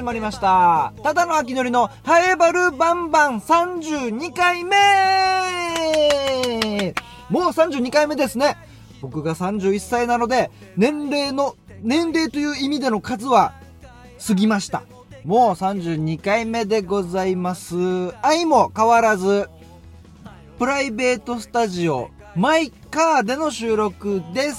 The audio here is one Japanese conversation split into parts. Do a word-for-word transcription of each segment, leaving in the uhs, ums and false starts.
まりました。ただのあきのりのハエバルバンバンさんじゅうにかいめ。もうさんじゅうにかいめですね。僕がさんじゅういっさいなので、年齢の、年齢という意味での数は過ぎました。もうさんじゅうにかいめでございます。相も変わらず、プライベートスタジオ、マイカーでの収録です。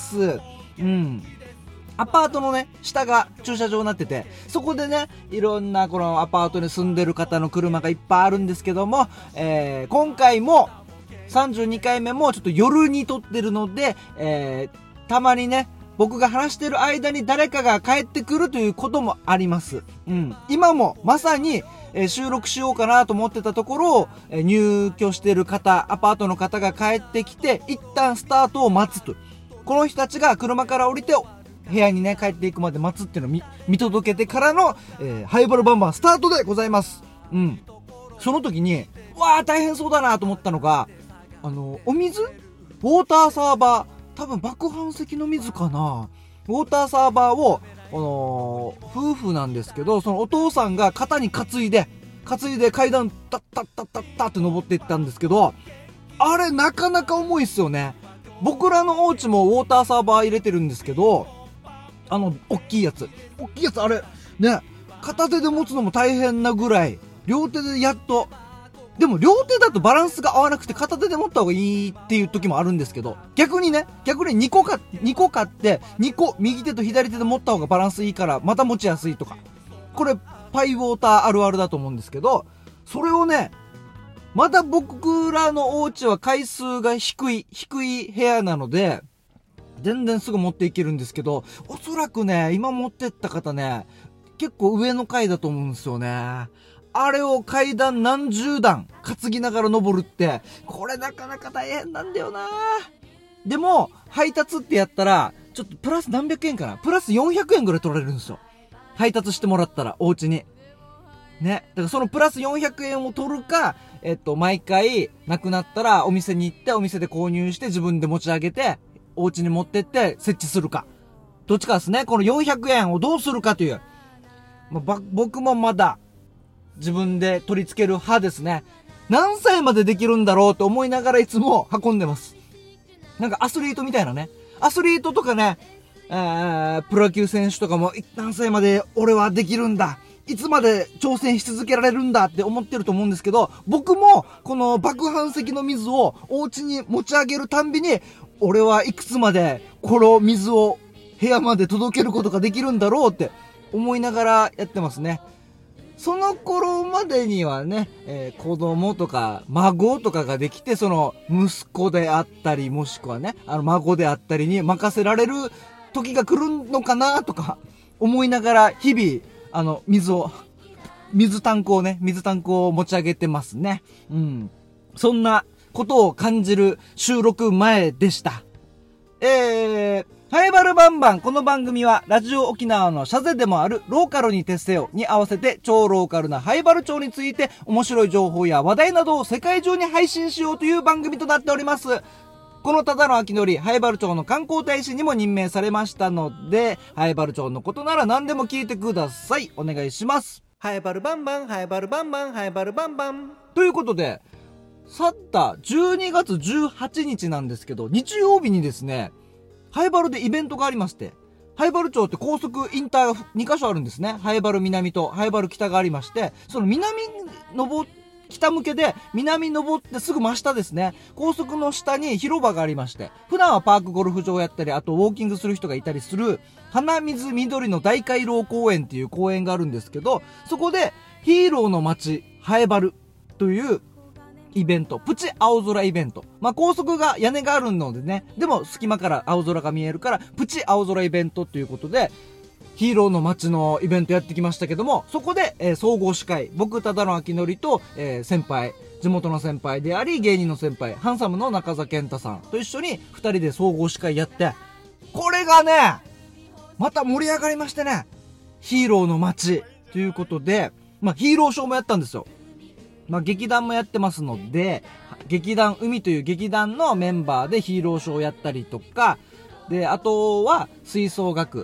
うん。アパートのね、下が駐車場になってて、そこでね、いろんなこのアパートに住んでる方の車がいっぱいあるんですけども、えー、今回もさんじゅうにかいめもちょっと夜に撮ってるので、えー、たまにね、僕が話してる間に誰かが帰ってくるということもあります。うん。今もまさに、えー、収録しようかなと思ってたところ、えー、入居してる方、アパートの方が帰ってきて、一旦スタートを待つと。この人たちが車から降りて、部屋にね、帰っていくまで待つっていうのを 見, 見届けてからの、えー、ハイバルバンバンスタートでございます。うん。その時に、わー大変そうだなと思ったのが、あの、お水？ウォーターサーバー、多分爆発石の水かな。ウォーターサーバーを、あのー、夫婦なんですけど、そのお父さんが肩に担いで、担いで階段、タッタッタッタッタって登っていったんですけど、あれなかなか重いっすよね。僕らのお家もウォーターサーバー入れてるんですけど、あの、おっきいやつ。おっきいやつ、あれ、ね、片手で持つのも大変なぐらい、両手でやっと、でも両手だとバランスが合わなくて片手で持った方がいいっていう時もあるんですけど、逆にね、逆ににこか、にこ買って、にこ右手と左手で持った方がバランスいいから、また持ちやすいとか。これ、パイウォーターあるあるだと思うんですけど、それをね、まだ僕らのお家は階数が低い、低い部屋なので、全然すぐ持っていけるんですけど、おそらくね、今持ってった方ね、結構上の階だと思うんですよね。あれを階段何十段担ぎながら登るって、これなかなか大変なんだよな。でも、配達ってやったら、ちょっとプラス何百円かな、プラスよんひゃくえんぐらい取られるんですよ。配達してもらったら、お家に。ね。だからそのプラスよんひゃくえんを取るか、えっと、毎回、なくなったらお店に行って、お店で購入して自分で持ち上げて、お家に持ってって設置するか。どっちかですね。このよんひゃくえんをどうするかという。まあ、僕もまだ自分で取り付ける派ですね。何歳までできるんだろうと思いながらいつも運んでます。なんかアスリートみたいなね。アスリートとかね、えー、プロ野球選手とかも何歳まで俺はできるんだ。いつまで挑戦し続けられるんだって思ってると思うんですけど、僕もこの爆発石の水をお家に持ち上げるたんびに、俺はいくつまでこの水を部屋まで届けることができるんだろうって思いながらやってますね。その頃までにはね、えー、子供とか孫とかができて、その息子であったり、もしくはね、あの孫であったりに任せられる時が来るのかなとか思いながら日々、あの、水を、水タンクをね、水タンクを持ち上げてますね。うん。そんなことを感じる収録前でした。えー、ハイバルバンバン、この番組はラジオ沖縄のシャゼでもあるローカルに徹せよに合わせて超ローカルなハイバル町について面白い情報や話題などを世界中に配信しようという番組となっております。このただのあきのり、ハイバル町の観光大使にも任命されましたので、ハイバル町のことなら何でも聞いてください。お願いします。ハイバルバンバン、ハイバルバンバン、ハイバルバンバン。ということで、去ったじゅうにがつじゅうはちにちなんですけど、日曜日にですね、ハイバルでイベントがありまして、ハイバル町って高速インターがにかしょあるんですね。ハイバル南とハイバル北がありまして、その南登って北向けで南登ってすぐ真下ですね。高速の下に広場がありまして、普段はパークゴルフ場やったり、あとウォーキングする人がいたりする花水緑の大回廊公園っていう公園があるんですけど、そこでヒーローの街ハエバルというイベント、プチ青空イベント。まあ、高速が屋根があるのでね、でも隙間から青空が見えるからプチ青空イベントということで、ヒーローの街のイベントやってきましたけども、そこで、えー、総合司会、僕ただのあきのりと、えー、先輩、地元の先輩であり芸人の先輩、ハンサムの中澤健太さんと一緒にふたりで総合司会やって、これがね、また盛り上がりましてね、ヒーローの街ということで、まあ、ヒーローショーもやったんですよ。まあ、劇団もやってますので、劇団海という劇団のメンバーでヒーローショーをやったりとか、で、あとは吹奏楽、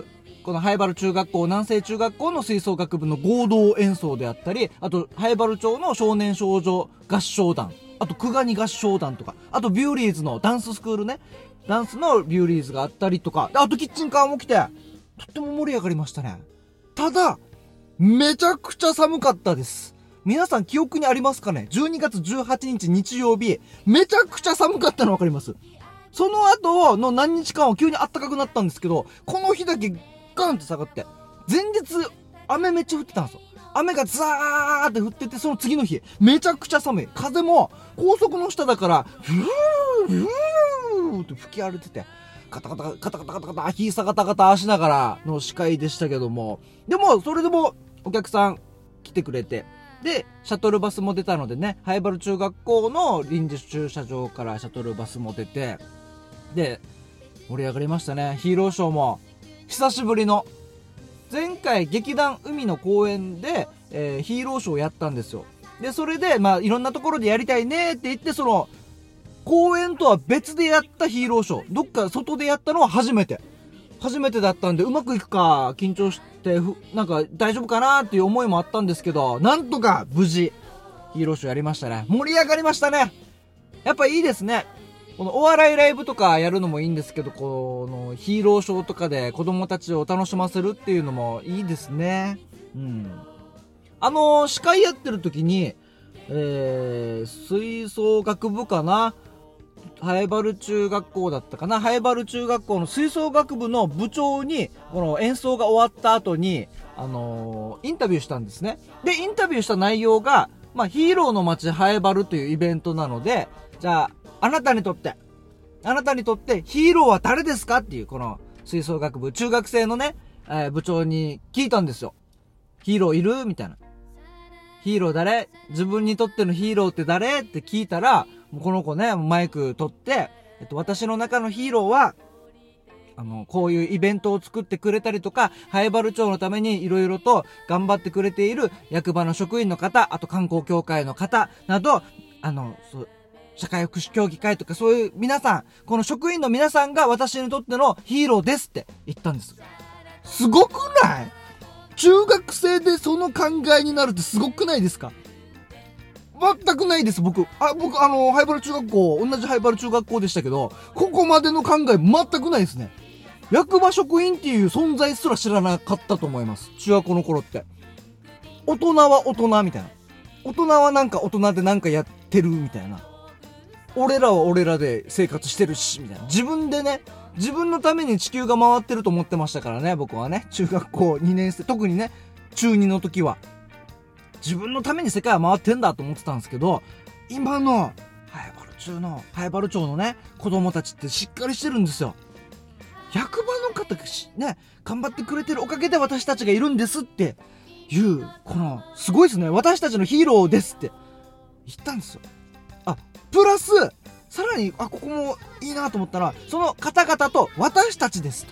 この灰原中学校、南西中学校の吹奏楽部の合同演奏であったり、あと灰原町の少年少女合唱団、あと久我に合唱団とか、あとビューリーズのダンススクールね、ダンスのビューリーズがあったりとか、あとキッチンカーも来て、とっても盛り上がりましたね。ただ、めちゃくちゃ寒かったです。皆さん記憶にありますかね？ じゅうにがつじゅうはちにち日曜日、めちゃくちゃ寒かったのわかります？その後の何日間は急に暖かくなったんですけど、この日だけガンって下がって、前日雨めっちゃ降ってたんですよ。雨がザーって降ってて、その次の日めちゃくちゃ寒い。風も高速の下だからフーフーって吹き荒れてて、カタカタカタカタカタカタヒーサガタカタしながらの司会でしたけども、でもそれでもお客さん来てくれて、でシャトルバスも出たのでね、灰原中学校の臨時駐車場からシャトルバスも出て、で盛り上がりましたね。ヒーローショーも久しぶりの、前回劇団海の公演で、えー、ヒーローショーをやったんですよ。でそれでまあいろんなところでやりたいねって言って、その公演とは別でやったヒーローショー、どっか外でやったのは初めて初めてだったんで、うまくいくか緊張してふなんか大丈夫かなっていう思いもあったんですけど、なんとか無事ヒーローショーやりましたね。盛り上がりましたね。やっぱいいですね。このお笑いライブとかやるのもいいんですけど、このヒーローショーとかで子供たちを楽しませるっていうのもいいですね。うん。あのー、司会やってる時に、えー、吹奏楽部かな、灰原中学校だったかな、灰原中学校の吹奏楽部の部長に、この演奏が終わった後に、あのー、インタビューしたんですね。で、インタビューした内容が、まあ、ヒーローの街灰原というイベントなので、じゃあ、あなたにとって、あなたにとってヒーローは誰ですかっていう、この吹奏楽部、中学生のね、えー、部長に聞いたんですよ。ヒーローいるみたいな。ヒーロー誰？自分にとってのヒーローって誰？って聞いたら、もうこの子ね、マイク取って、えっと、私の中のヒーローは、あの、こういうイベントを作ってくれたりとか、灰原町のためにいろいろと頑張ってくれている役場の職員の方、あと観光協会の方など、あの、そう、社会福祉協議会とかそういう皆さん、この職員の皆さんが私にとってのヒーローですって言ったんです。すごくない？中学生でその考えになるってすごくないですか？全くないです。僕、あ、僕、あの、灰原中学校、同じ灰原中学校でしたけど、ここまでの考え全くないですね。役場職員っていう存在すら知らなかったと思います。中学校の頃って。大人は大人みたいな。大人はなんか大人でなんかやってるみたいな。俺らは俺らで生活してるし、みたいな。自分でね、自分のために地球が回ってると思ってましたからね、僕はね。中学校にねん生、特にね、中にの時は。自分のために世界は回ってんだと思ってたんですけど、今の、灰原中の、灰原町のね、子供たちってしっかりしてるんですよ。役場の方がね、頑張ってくれてるおかげで私たちがいるんですっていう、この、すごいですね。私たちのヒーローですって言ったんですよ。あ、プラス、さらに、あ、ここもいいなと思ったら、その方々と私たちですと。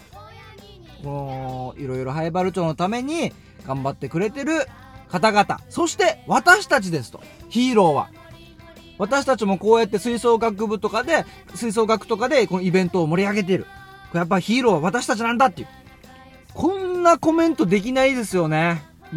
この、いろいろ灰原町のために頑張ってくれてる方々、そして私たちですと。ヒーローは。私たちもこうやって吹奏楽部とかで、吹奏楽とかでこのイベントを盛り上げている。やっぱヒーローは私たちなんだっていう。こんなコメントできないですよね。うん。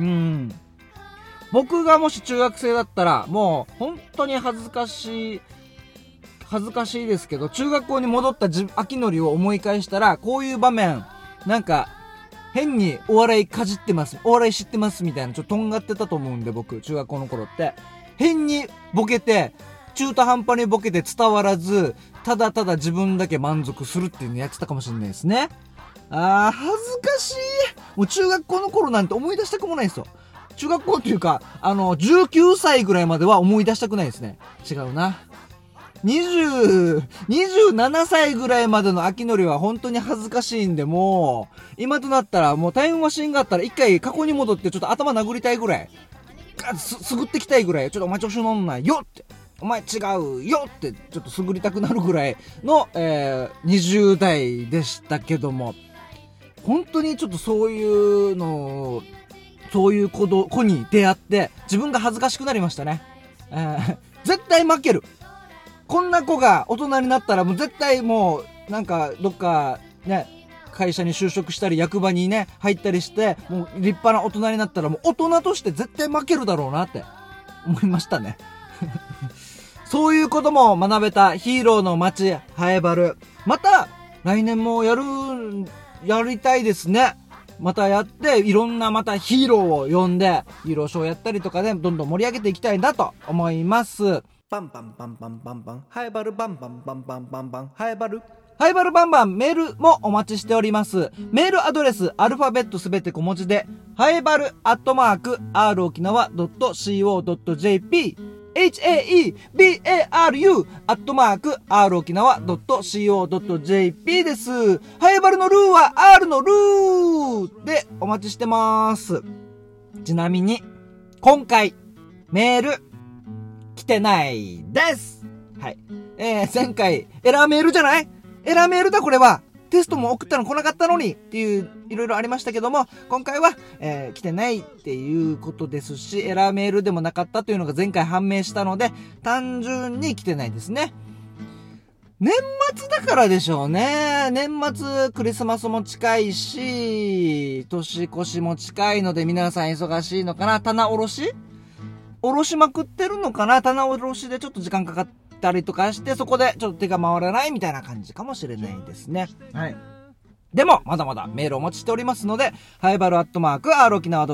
僕がもし中学生だったら、もう本当に恥ずかしい、恥ずかしいですけど、中学校に戻った秋のりを思い返したら、こういう場面、なんか、変にお笑いかじってます、お笑い知ってますみたいな、ちょっととんがってたと思うんで、僕、中学校の頃って。変にボケて、中途半端にボケて伝わらず、ただただ自分だけ満足するっていうのやってたかもしれないですね。あー、恥ずかしい。もう中学校の頃なんて思い出したくもないですよ。中学校っていうか、あの、じゅうきゅうさいぐらいまでは思い出したくないですね。違うな。にじゅう、にじゅうななさいぐらいまでの秋のりは本当に恥ずかしいんで、もう、今となったらもうタイムマシンがあったら一回過去に戻ってちょっと頭殴りたいぐらい、す、すぐってきたいぐらい、ちょっとお前調子乗んないよって、お前違うよって、ちょっとすぐりたくなるぐらいの、えー、にじゅう代でしたけども、本当にちょっとそういうの、そういう子ど、子に出会って、自分が恥ずかしくなりましたね。えー、絶対負ける。こんな子が大人になったらもう絶対もうなんかどっかね会社に就職したり役場にね入ったりして、もう立派な大人になったらもう大人として絶対負けるだろうなって思いましたねそういうことも学べたヒーローの街ハエバル、また来年もやるやりたいですね。またやっていろんなまたヒーローを呼んでヒーローショーやったりとかで、ね、どんどん盛り上げていきたいなと思います。 パンパンパンパンパンパンハエバルパンパンパンパンパンパンハエバルハイバルバンバンメールもお待ちしております。メールアドレスアルファベットすべて小文字でハイバルアットマーク r 沖縄 .co.jp haebaru アットマーク r 沖縄 .co.jp です。ハイバルのルーは R のルーでお待ちしてます。ちなみに今回メール来てないです。はい。えー、前回エラーメールじゃない？エラーメールだこれは。テストも送ったの来なかったのにっていういろいろありましたけども、今回は、えー、来てないっていうことですし、エラーメールでもなかったというのが前回判明したので、単純に来てないですね。年末だからでしょうね。年末クリスマスも近いし、年越しも近いので皆さん忙しいのかな。棚卸し卸しまくってるのかな。棚卸しでちょっと時間かかったりとかして、そこでちょっと手が回らないみたいな感じかもしれないですね。はい。でもまだまだメールお待ちしておりますので、ハイバルアットマーク r 沖縄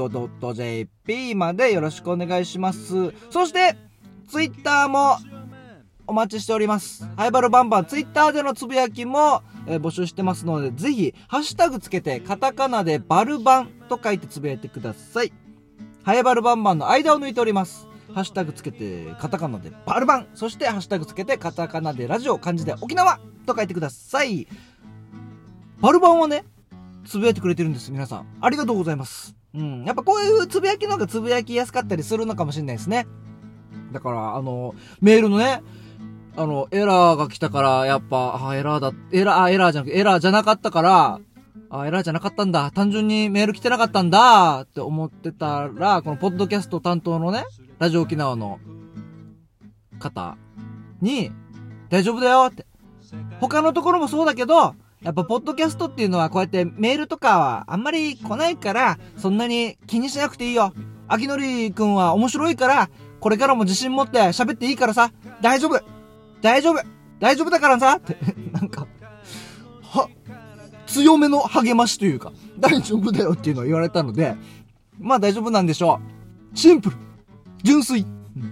.co.jp までよろしくお願いします。そしてツイッターもお待ちしております。ハイバルバンバンツイッターでのつぶやきも、えー、募集してますので、ぜひハッシュタグつけてカタカナでバルバンと書いてつぶやいてください。ハイバルバンバンの間を抜いております。ハッシュタグつけてカタカナでバルバン、そしてハッシュタグつけてカタカナでラジオ、漢字で沖縄と書いてください。バルバンはねつぶやいてくれてるんです。皆さんありがとうございます。うん、やっぱこういうつぶやきの方がつぶやきやすかったりするのかもしれないですね。だからあのメールのねあのエラーが来たからやっぱあエラーだエラーあエラーじゃなくてエラーじゃなかったからあエラーじゃなかったんだ、単純にメール来てなかったんだって思ってたら、このポッドキャスト担当のねラジオ沖縄の方に大丈夫だよって、他のところもそうだけどやっぱポッドキャストっていうのはこうやってメールとかはあんまり来ないからそんなに気にしなくていいよ。秋のりくんは面白いからこれからも自信持って喋っていいからさ、大丈夫大丈夫大丈夫だからさってなんかは強めの励ましというか大丈夫だよっていうのを言われたので、まあ大丈夫なんでしょう。シンプル純粋、うん、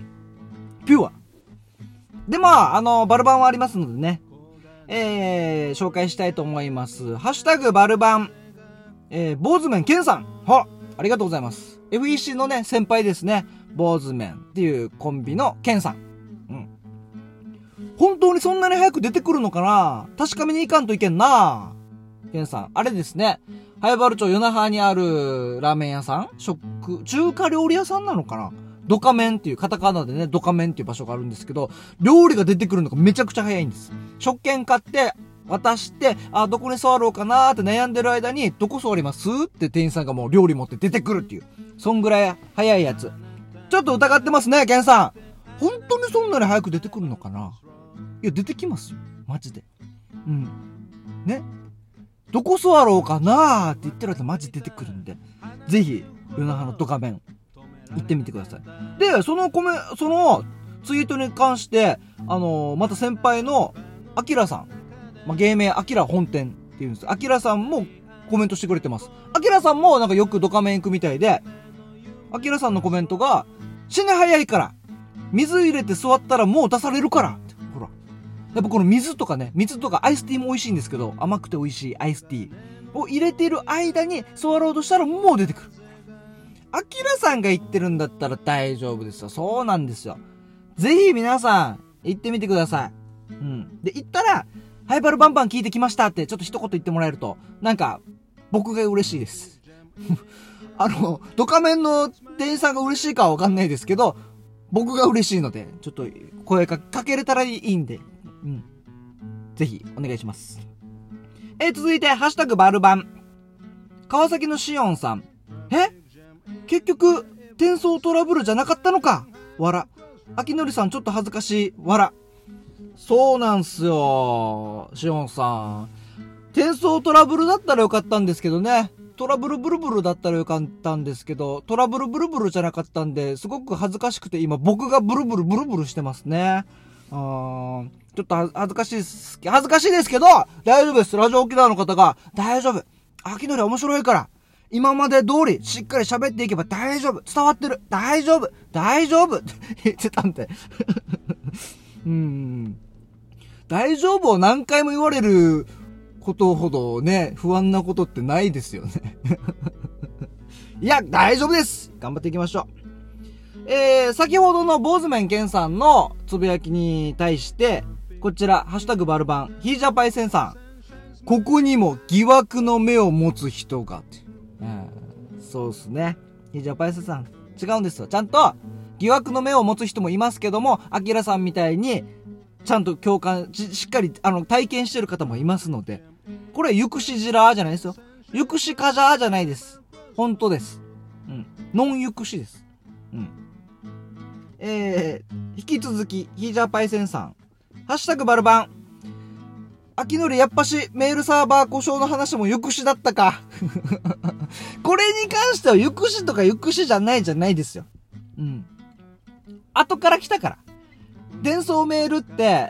ピュアで、まああのバルバンはありますのでね、えー、紹介したいと思います。ハッシュタグバルバン、えー、坊主麺ケンさん、はありがとうございます。 エフイーシー のね先輩ですね。坊主麺っていうコンビのケンさん、うん、本当にそんなに早く出てくるのかな。確かめに行かんといけんな。ケンさんあれですね、早原町与那覇にあるラーメン屋さん、食中華料理屋さんなのかな、ドカメンっていうカタカナでねドカメンっていう場所があるんですけど、料理が出てくるのがめちゃくちゃ早いんです。食券買って渡して、あどこに座ろうかなーって悩んでる間に、どこ座りますって店員さんがもう料理持って出てくるっていう、そんぐらい早いやつ。ちょっと疑ってますねケンさん。本当にそんなに早く出てくるのかな。いや出てきますよマジで。うんね、どこ座ろうかなーって言ってるやつマジ出てくるんで、ぜひ与那覇のドカメン行ってみてください。でそのコメそのツイートに関してあのー、また先輩のアキラさん、まあ、芸名アキラ本店っていうんです。アキラさんもコメントしてくれてます。アキラさんもなんかよくドカメン行くみたいで、アキラさんのコメントが死ね早いから水入れて座ったらもう出されるからって、ほらやっぱこの水とかね、水とかアイスティーも美味しいんですけど、甘くて美味しいアイスティーを入れている間に座ろうとしたらもう出てくる。アキラさんが言ってるんだったら大丈夫ですよ。そうなんですよ。ぜひ皆さん行ってみてください。うん。で行ったらハイバルバンバン聞いてきましたってちょっと一言言ってもらえるとなんか僕が嬉しいですあのドカメンの店員さんが嬉しいかはわかんないですけど、僕が嬉しいのでちょっと声かけれたらいいんで、うん、ぜひお願いします。えー、続いてハッシュタグバルバン、川崎のシオンさん、え結局転送トラブルじゃなかったのか、わら。秋のりさんちょっと恥ずかしい、わら。そうなんすよシオンさん、 転送トラブルだったらよかったんですけどね。トラブルブルブルだったらよかったんですけど、トラブルブルブルじゃなかったんで、すごく恥ずかしくて今僕がブルブルブルブルしてますね。あーちょっと恥ずかしいです。恥ずかしいですけど、大丈夫です。ラジオ沖縄の方が、大丈夫。秋のり面白いから。今まで通りしっかり喋っていけば大丈夫。伝わってる。大丈夫。大丈夫って言ってたんで。うーん。大丈夫を何回も言われることほどね、不安なことってないですよね。いや、大丈夫です。頑張っていきましょう。えー、先ほどの坊主麺健さんのつぶやきに対して、こちら、ハッシュタグバルバン、ヒージャパイセンさん。ここにも疑惑の目を持つ人が。うん、そうですね。ヒージャパイセンさん。違うんですよ。ちゃんと疑惑の目を持つ人もいますけども、アキラさんみたいに、ちゃんと共感し、しっかり、あの、体験してる方もいますので、これ、ゆくしじらーじゃないですよ。ゆくしかじゃーじゃないです。本当です。うん。ノンゆくしです。うん。えー、引き続き、ヒージャーパイセンさん。ハッシュタグバルバン。秋のりやっぱしメールサーバー故障の話もゆくしだったか。これに関してはゆくしとかゆくしじゃないじゃないですよ。うん。後から来たから。転送メールって、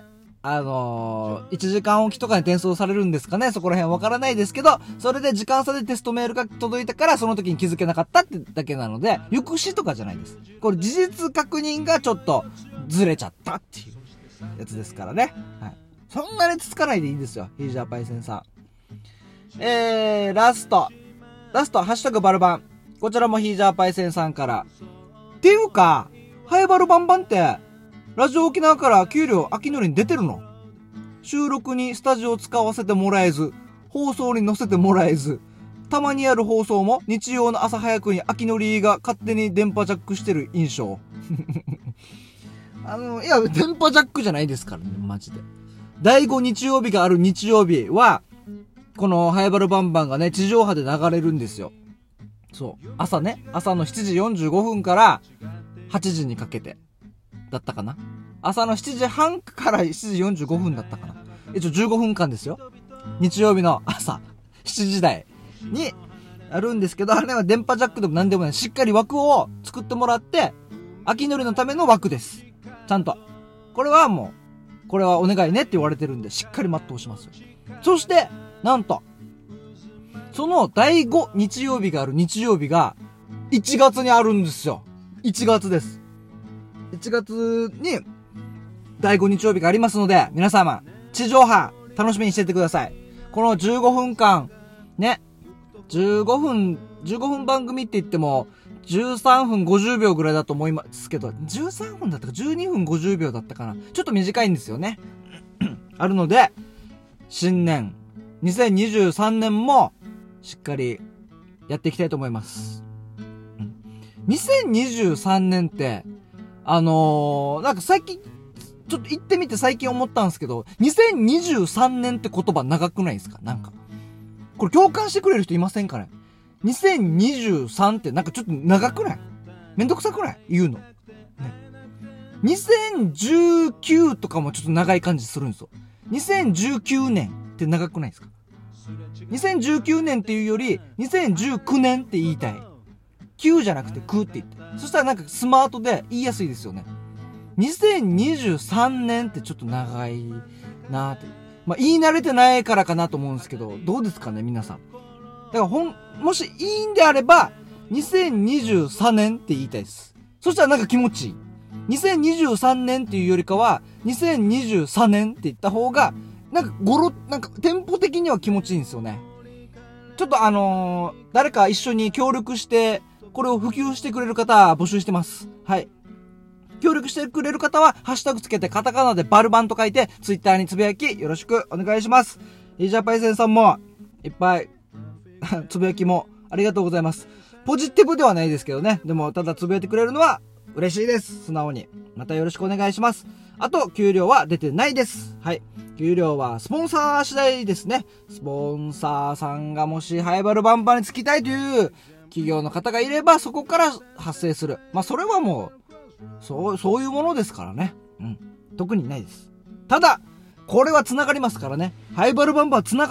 あのー、いちじかんおきとかに転送されるんですかね、そこら辺わからないですけど、それで時間差でテストメールが届いたからその時に気づけなかったってだけなので、ゆくしとかじゃないです。これ事実確認がちょっとずれちゃったっていうやつですからね。はい。そんなにつつかないでいいですよ、ヒージャーパイセンさん。えー、ラスト。ラスト、ハッシュタグバルバン。こちらもヒージャーパイセンさんから。っていうか、ハイバルバンバンって、ラジオ沖縄から給料秋のりに出てるの？収録にスタジオ使わせてもらえず、放送に載せてもらえず、たまにある放送も日曜の朝早くに秋のりが勝手に電波ジャックしてる印象。あの、いや、電波ジャックじゃないですからね、マジで。だいご日曜日がある日曜日は、このハイバルバンバンがね、地上波で流れるんですよ。そう。朝ね、朝のしちじよんじゅうごふんからはちじにかけて。だったかな。朝のしちじはんからしちじよんじゅうごふんだったかな。一応じゅうごふんかんですよ。日曜日の朝しちじ台にあるんですけど、あれは電波ジャックでも何でもない。しっかり枠を作ってもらって、秋のりのための枠です。ちゃんと。これはもう、これはお願いねって言われてるんで、しっかり全うしますよ。そして、なんと、そのだいご日曜日がある日曜日がいちがつにあるんですよ。いちがつです。いちがつにだいご日曜日がありますので、皆様、地上波楽しみにしててください。このじゅうごふんかん、ね、じゅうごふん、じゅうごふん番組って言っても、じゅうさんぷんごじゅうびょうぐらいだと思いますけど、じゅうさんぷんだったかじゅうにふんごじゅうびょうだったかな。ちょっと短いんですよね。あるので、新年、にせんにじゅうさんねんも、しっかりやっていきたいと思います。にせんにじゅうさんねんって、あのー、なんか最近、ちょっと言ってみて最近思ったんですけど、にせんにじゅうさんねんって言葉長くないですか？なんか。これ共感してくれる人いませんかね？ にせんにじゅうさん ってなんかちょっと長くない？めんどくさくない？言うの。ね。にせんじゅうきゅうとかもちょっと長い感じするんですよ。にせんじゅうきゅうねんって長くないですか？にせんじゅうきゅうねんっていうより、にせんじゅうきゅうねんって言いたい。きゅうじゃなくてくって言って。そしたらなんかスマートで言いやすいですよね。にせんにじゅうさんねんってちょっと長いなーって。まあ、言い慣れてないからかなと思うんですけど、どうですかね、皆さん。だからほん、もしいいんであれば、にせんにじゅうさんねんって言いたいです。そしたらなんか気持ちいい。にせんにじゅうさんねんっていうよりかは、にせんにじゅうさんねんって言った方が、なんかゴロ、なんかテンポ的には気持ちいいんですよね。ちょっとあのー、誰か一緒に協力して、これを普及してくれる方募集してます。はい。協力してくれる方は、ハッシュタグつけてカタカナでバルバンと書いて、ツイッターにつぶやき、よろしくお願いします。イージャパイセンさんも、いっぱい、つぶやきもありがとうございます。ポジティブではないですけどね。でも、ただつぶやいてくれるのは、嬉しいです。素直に。またよろしくお願いします。あと、給料は出てないです。はい。給料はスポンサー次第ですね。スポンサーさんがもしハイバルバンバンにつきたいという企業の方がいれば、そこから発生する。まあ、それはもう、そう、そういうものですからね。うん。特にないです。ただ、これは繋がりますからね。ハイバルバンバンは繋がるから。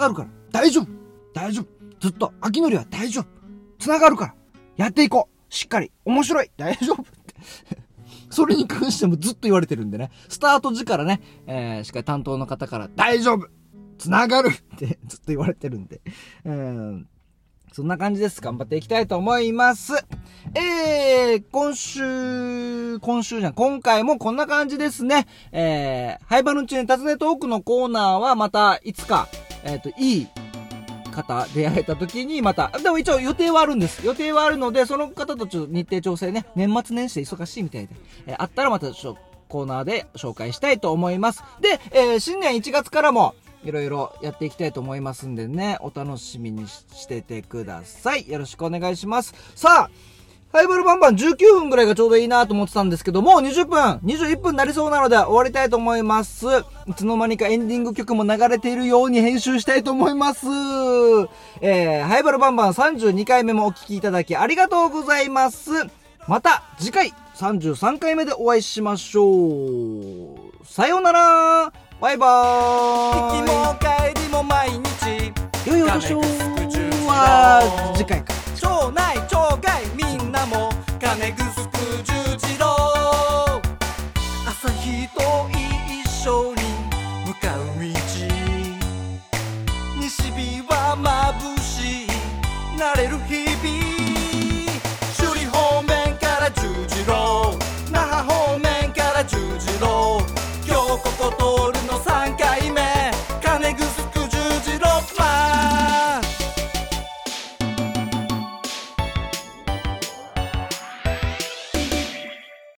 大丈夫大丈夫ずっと秋のりは大丈夫つながるからやっていこうしっかり面白い大丈夫ってそれに関してもずっと言われてるんでね、スタート時からね、えー、しっかり担当の方から大丈夫つながるってずっと言われてるんで、えー、そんな感じです。頑張っていきたいと思います。えー、今週、今週じゃん、今回もこんな感じですね。えー、ハイバルンチューン尋ねトークのコーナーはまたいつか、えっと、いい方出会えた時にまた、でも一応予定はあるんです。予定はあるので、その方とちょっと日程調整ね、年末年始で忙しいみたいで、えー、あったらまたちょコーナーで紹介したいと思います。で、えー、新年いちがつからもいろいろやっていきたいと思いますんでね、お楽しみにしててください。よろしくお願いします。さあ、ハイバルバンバンじゅうきゅうふんぐらいがちょうどいいなと思ってたんですけども、にじゅっぷん、にじゅういっぷんになりそうなので終わりたいと思います。いつの間にかエンディング曲も流れているように編集したいと思います。えー、ハイバルバンバンさんじゅうにかいめもお聴きいただきありがとうございます。また次回さんじゅうさんかいめでお会いしましょう。さようなら。バイバーイ。 行きも帰りも毎日良いお年をは次回か。 町内町外みんなも金ぐすく十字路朝日と